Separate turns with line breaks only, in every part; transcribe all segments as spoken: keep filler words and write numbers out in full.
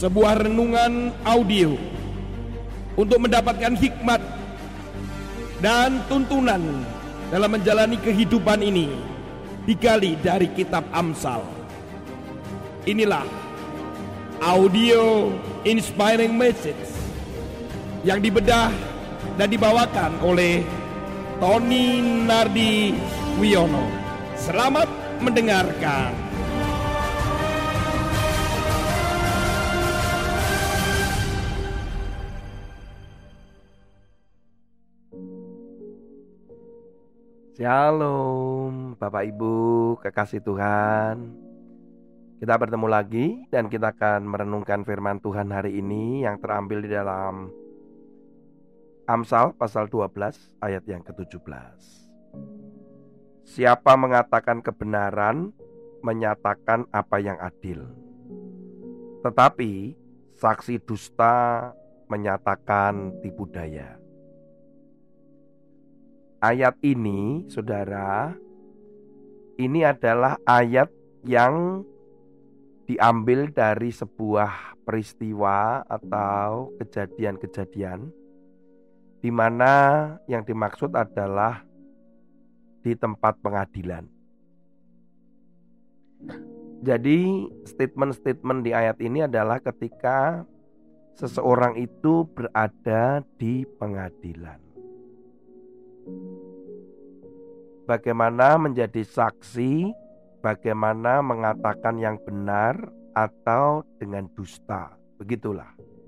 sebuah renungan audio untuk mendapatkan hikmat dan tuntunan dalam menjalani kehidupan ini digali dari kitab Amsal. Inilah audio inspiring message yang dibedah dan dibawakan oleh Tony Nardi Wiono. Selamat mendengarkan.
Shalom Bapak Ibu kekasih Tuhan. Kita bertemu lagi dan kita akan merenungkan firman Tuhan hari ini yang terambil di dalam Amsal pasal dua belas ayat yang ketujuh belas. Siapa mengatakan kebenaran menyatakan apa yang adil, tetapi saksi dusta menyatakan tipu daya. Ayat ini, saudara, ini adalah ayat yang diambil dari sebuah peristiwa atau kejadian-kejadian di mana yang dimaksud adalah di tempat pengadilan. Jadi statement-statement di ayat ini adalah ketika seseorang itu berada di pengadilan. Bagaimana menjadi saksi, bagaimana mengatakan yang benar atau dengan dusta, begitulah.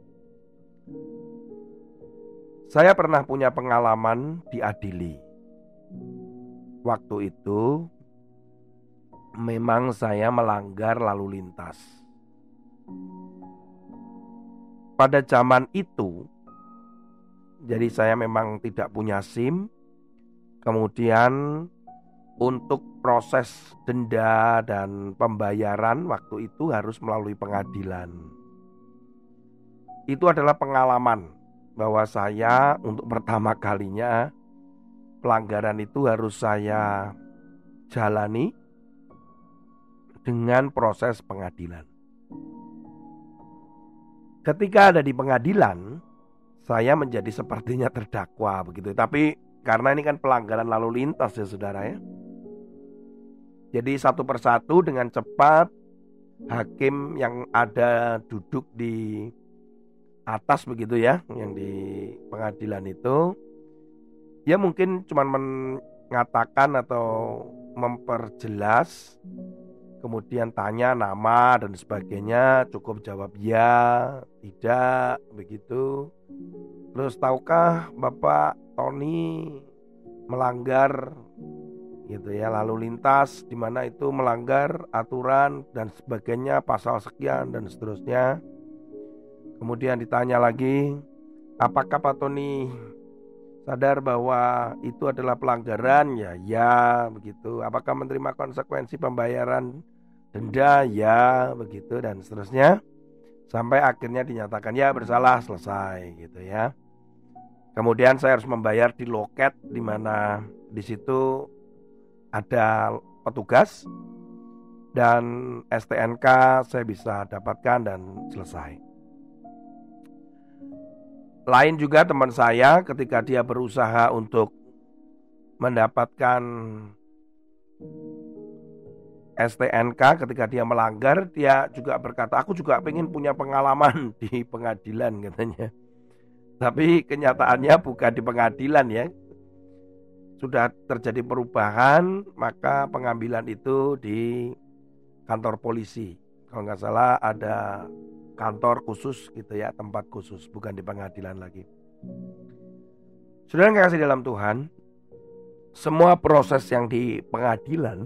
Saya pernah punya pengalaman diadili. Waktu itu memang saya melanggar lalu lintas. Pada zaman itu, jadi saya memang tidak punya SIM. Kemudian untuk proses denda dan pembayaran waktu itu harus melalui pengadilan. Itu adalah pengalaman bahwa saya untuk pertama kalinya pelanggaran itu harus saya jalani dengan proses pengadilan. Ketika ada di pengadilan, saya menjadi sepertinya terdakwa begitu. Tapi karena ini kan pelanggaran lalu lintas ya saudara ya. Jadi satu persatu dengan cepat hakim yang ada duduk di atas begitu ya, yang di pengadilan itu, ya mungkin cuma mengatakan atau memperjelas, kemudian tanya nama dan sebagainya, cukup jawab ya, tidak, begitu. Terus tahukah Bapak Tony melanggar gitu ya lalu lintas, di mana itu melanggar aturan dan sebagainya, pasal sekian dan seterusnya. Kemudian ditanya lagi, apakah Pak Tony sadar bahwa itu adalah pelanggaran? Ya, ya, begitu. Apakah menerima konsekuensi pembayaran denda? Ya, begitu dan seterusnya. Sampai akhirnya dinyatakan ya bersalah, selesai gitu ya. Kemudian saya harus membayar di loket, di mana di situ ada petugas dan S T N K saya bisa dapatkan dan selesai. Lain juga teman saya ketika dia berusaha untuk mendapatkan S T N K ketika dia melanggar, dia juga berkata, aku juga pengen punya pengalaman di pengadilan katanya. Tapi kenyataannya bukan di pengadilan ya. Sudah terjadi perubahan, maka pengambilan itu di kantor polisi. Kalau nggak salah ada kantor khusus gitu ya, tempat khusus, bukan di pengadilan lagi. Saudara yang kasih dalam Tuhan, semua proses yang di pengadilan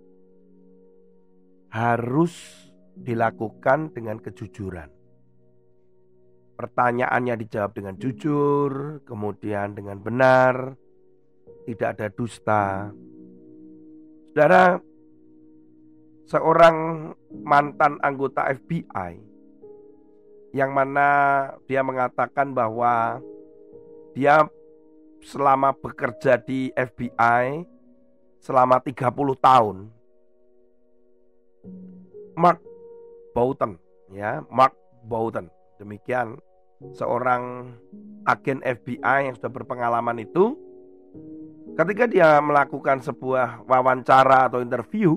harus dilakukan dengan kejujuran. Pertanyaannya dijawab dengan jujur, kemudian dengan benar, tidak ada dusta. Saudara, seorang mantan anggota F B I yang mana dia mengatakan bahwa dia selama bekerja di F B I selama tiga puluh tahun. Mark Boughton, ya, Mark Boughton. Demikian seorang agen F B I yang sudah berpengalaman itu, ketika dia melakukan sebuah wawancara atau interview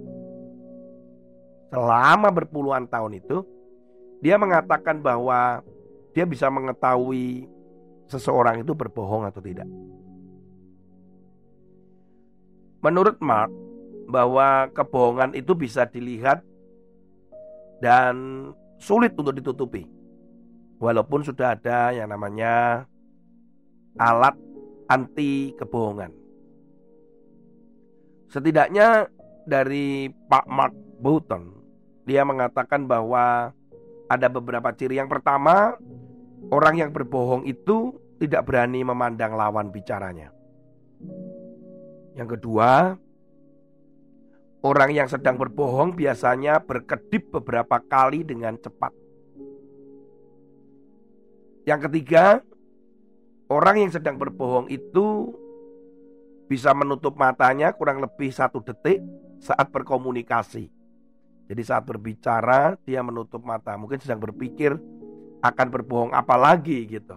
selama berpuluhan tahun itu, dia mengatakan bahwa dia bisa mengetahui seseorang itu berbohong atau tidak. Menurut Mark, bahwa kebohongan itu bisa dilihat dan sulit untuk ditutupi, walaupun sudah ada yang namanya alat anti kebohongan. Setidaknya dari Pak Mark Boughton, dia mengatakan bahwa ada beberapa ciri. Yang pertama, orang yang berbohong itu tidak berani memandang lawan bicaranya. Yang kedua, orang yang sedang berbohong biasanya berkedip beberapa kali dengan cepat. Yang ketiga, orang yang sedang berbohong itu bisa menutup matanya kurang lebih satu detik saat berkomunikasi. Jadi saat berbicara dia menutup mata, mungkin sedang berpikir akan berbohong apa lagi gitu.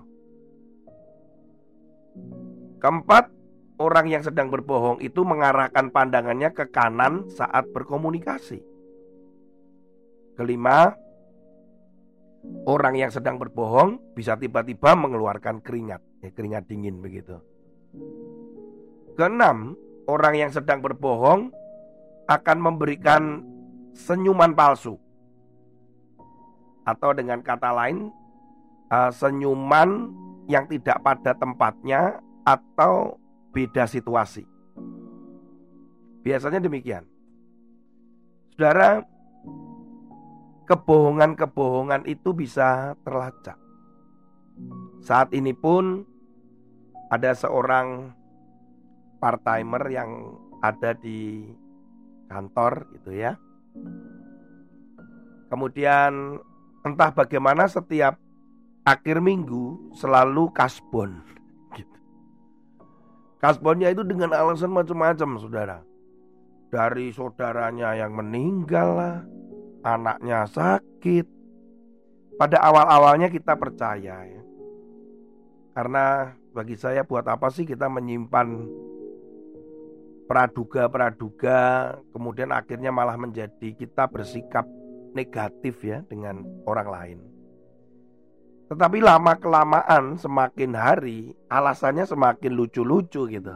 Keempat, orang yang sedang berbohong itu mengarahkan pandangannya ke kanan saat berkomunikasi. Kelima, orang yang sedang berbohong bisa tiba-tiba mengeluarkan keringat, ya, keringat dingin begitu. Keenam, orang yang sedang berbohong akan memberikan senyuman palsu, atau dengan kata lain, uh, senyuman yang tidak pada tempatnya atau beda situasi. Biasanya demikian. Saudara, kebohongan-kebohongan itu bisa terlacak. Saat ini pun ada seorang part-timer yang ada di kantor gitu ya. Kemudian entah bagaimana setiap akhir minggu selalu kasbon gitu. Kasbonnya itu dengan alasan macam-macam, saudara. Dari saudaranya yang meninggal lah, anaknya sakit. Pada awal-awalnya kita percaya ya. Karena bagi saya buat apa sih kita menyimpan praduga-praduga, kemudian akhirnya malah menjadi kita bersikap negatif ya dengan orang lain. Tetapi lama-kelamaan semakin hari alasannya semakin lucu-lucu gitu.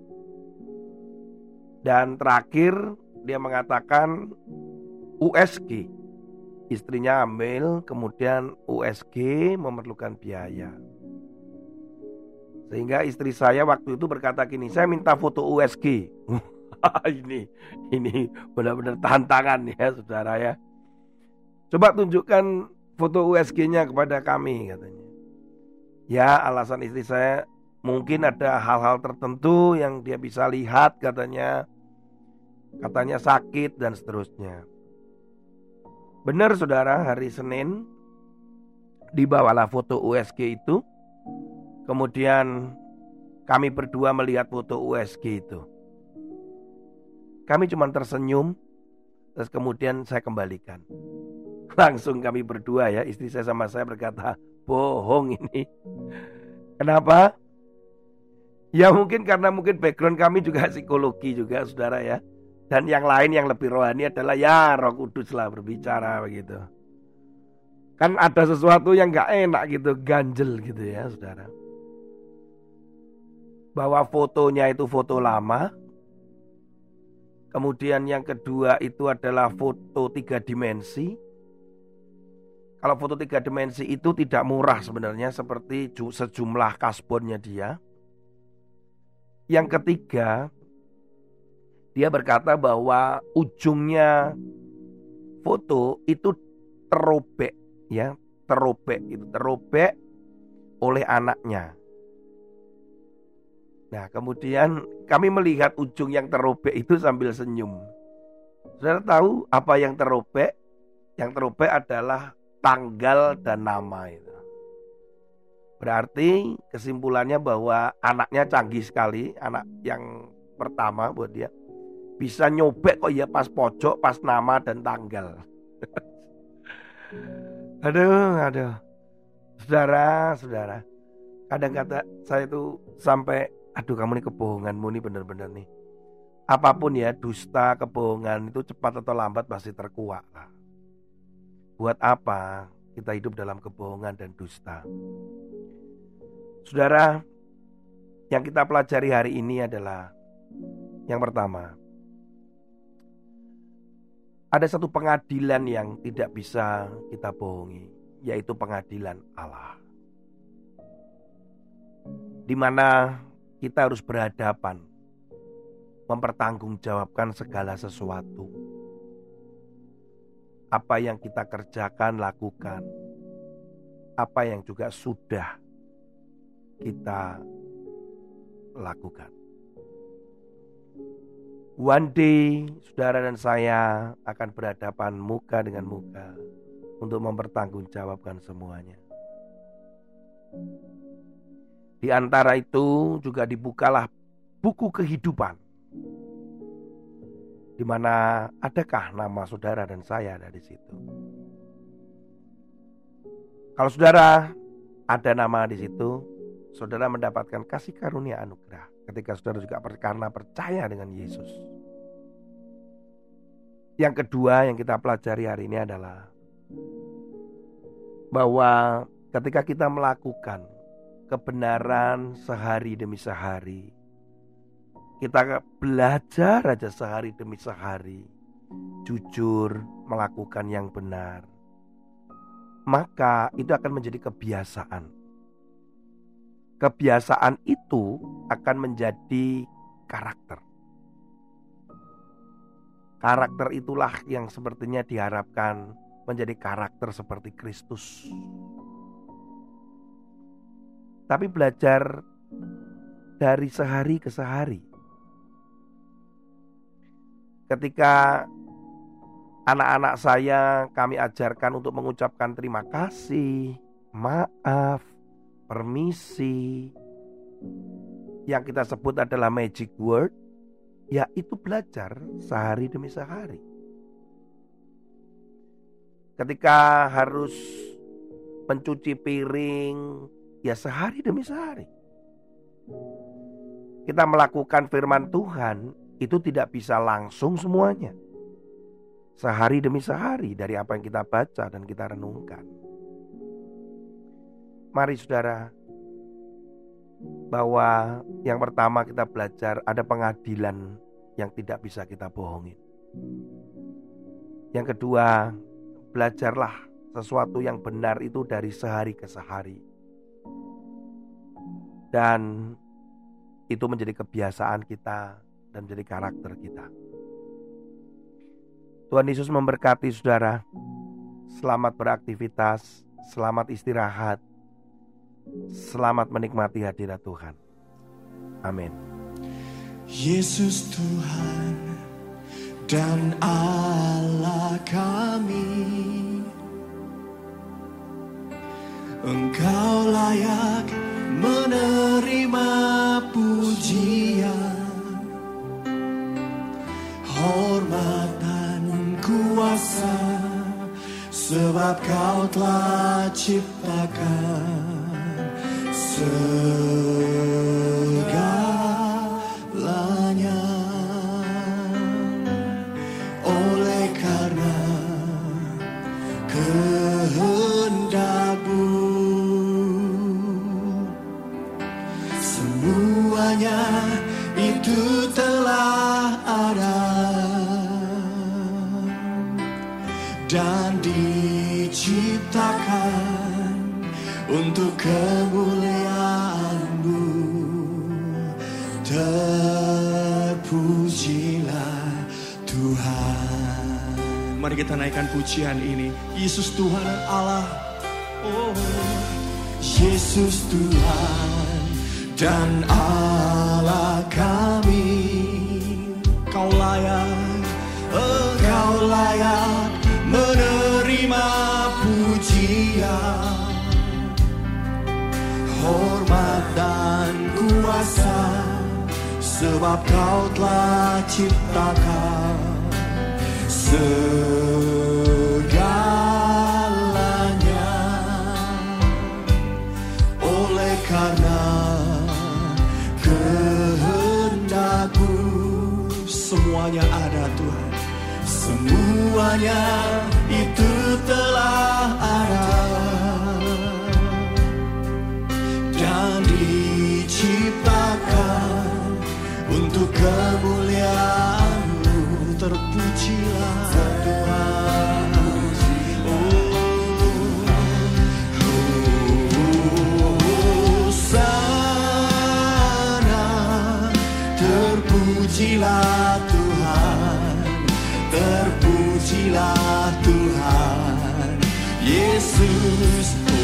Dan terakhir dia mengatakan U S G, istrinya hamil, kemudian U S G memerlukan biaya. Sehingga istri saya waktu itu berkata gini, saya minta foto U S G. ini ini benar-benar tantangan ya saudara ya. Coba tunjukkan foto U S G-nya kepada kami katanya. Ya, alasan istri saya mungkin ada hal-hal tertentu yang dia bisa lihat katanya. Katanya sakit dan seterusnya. Benar saudara, hari Senin dibawalah foto U S G itu. Kemudian kami berdua melihat foto U S G itu. Kami cuma tersenyum, terus kemudian saya kembalikan. Langsung kami berdua ya, istri saya sama saya berkata, bohong ini. Kenapa? Ya mungkin karena mungkin background kami juga psikologi juga saudara ya. Dan yang lain yang lebih rohani adalah ya Roh Kudus lah berbicara begitu. Kan ada sesuatu yang gak enak gitu, ganjel gitu ya saudara. Bahwa fotonya itu foto lama. Kemudian yang kedua itu adalah foto tiga dimensi. Kalau foto tiga dimensi itu tidak murah sebenarnya, seperti sejumlah kasbonnya dia. Yang ketiga, dia berkata bahwa ujungnya foto itu terobek ya, terobek itu terobek oleh anaknya. Nah, kemudian kami melihat ujung yang terobek itu sambil senyum. Saudara tahu apa yang terobek? Yang terobek adalah tanggal dan nama itu. Berarti kesimpulannya bahwa anaknya canggih sekali, anak yang pertama buat dia. Bisa nyobek kok ya pas pojok, pas nama dan tanggal. Aduh, aduh. Saudara, saudara. Kadang kata saya itu sampai, aduh kamu nih kebohonganmu nih bener-bener nih. Apapun ya, dusta, kebohongan itu cepat atau lambat pasti terkuak lah. Buat apa kita hidup dalam kebohongan dan dusta? Saudara, yang kita pelajari hari ini adalah yang pertama, ada satu pengadilan yang tidak bisa kita bohongi, yaitu pengadilan Allah, di mana kita harus berhadapan, mempertanggungjawabkan segala sesuatu. Apa yang kita kerjakan, lakukan. Apa yang juga sudah kita lakukan. One day, saudara dan saya akan berhadapan muka dengan muka untuk mempertanggungjawabkan semuanya. Di antara itu juga dibukalah buku kehidupan, di mana adakah nama saudara dan saya ada di situ. Kalau saudara ada nama di situ, saudara mendapatkan kasih karunia anugerah ketika saudara juga karena percaya dengan Yesus. Yang kedua yang kita pelajari hari ini adalah bahwa ketika kita melakukan kebenaran sehari demi sehari, kita belajar aja sehari demi sehari, jujur melakukan yang benar, maka itu akan menjadi kebiasaan. Kebiasaan itu akan menjadi karakter. Karakter itulah yang sepertinya diharapkan menjadi karakter seperti Kristus. Tapi belajar dari sehari ke sehari. Ketika anak-anak saya kami ajarkan untuk mengucapkan terima kasih, maaf, permisi, yang kita sebut adalah magic word, ya itu belajar sehari demi sehari. Ketika harus mencuci piring, ya sehari demi sehari. Kita melakukan firman Tuhan, itu tidak bisa langsung semuanya. Sehari demi sehari dari apa yang kita baca dan kita renungkan. Mari saudara, bahwa yang pertama kita belajar ada pengadilan yang tidak bisa kita bohongin. Yang kedua, belajarlah sesuatu yang benar itu dari sehari ke sehari. Dan itu menjadi kebiasaan kita dan menjadi karakter kita. Tuhan Yesus memberkati saudara. Selamat beraktivitas, selamat istirahat, selamat menikmati hadirat Tuhan. Amin.
Yesus Tuhan dan Allah kami, Engkau layak menerima pujian, hormat dan kuasa, sebab Kau telah ciptakan segalanya. Oleh karena kehendak-Mu, semuanya itu telah ada dan diciptakan untuk kemuliaan-Mu. Terpujilah Tuhan. Mari kita naikkan pujian ini. Yesus Tuhan Allah, oh Yesus Tuhan dan Allah kami, Kau layak, Engkau layak menerima pujian, hormat dan kuasa, sebab Kau telah ciptakan segalanya. itu telah ada dan diciptakan untuk kemuliaan-Mu. Terpujilah Tuhan. Terpujilah Tuhan, terpujilah Tuhan, Yesus.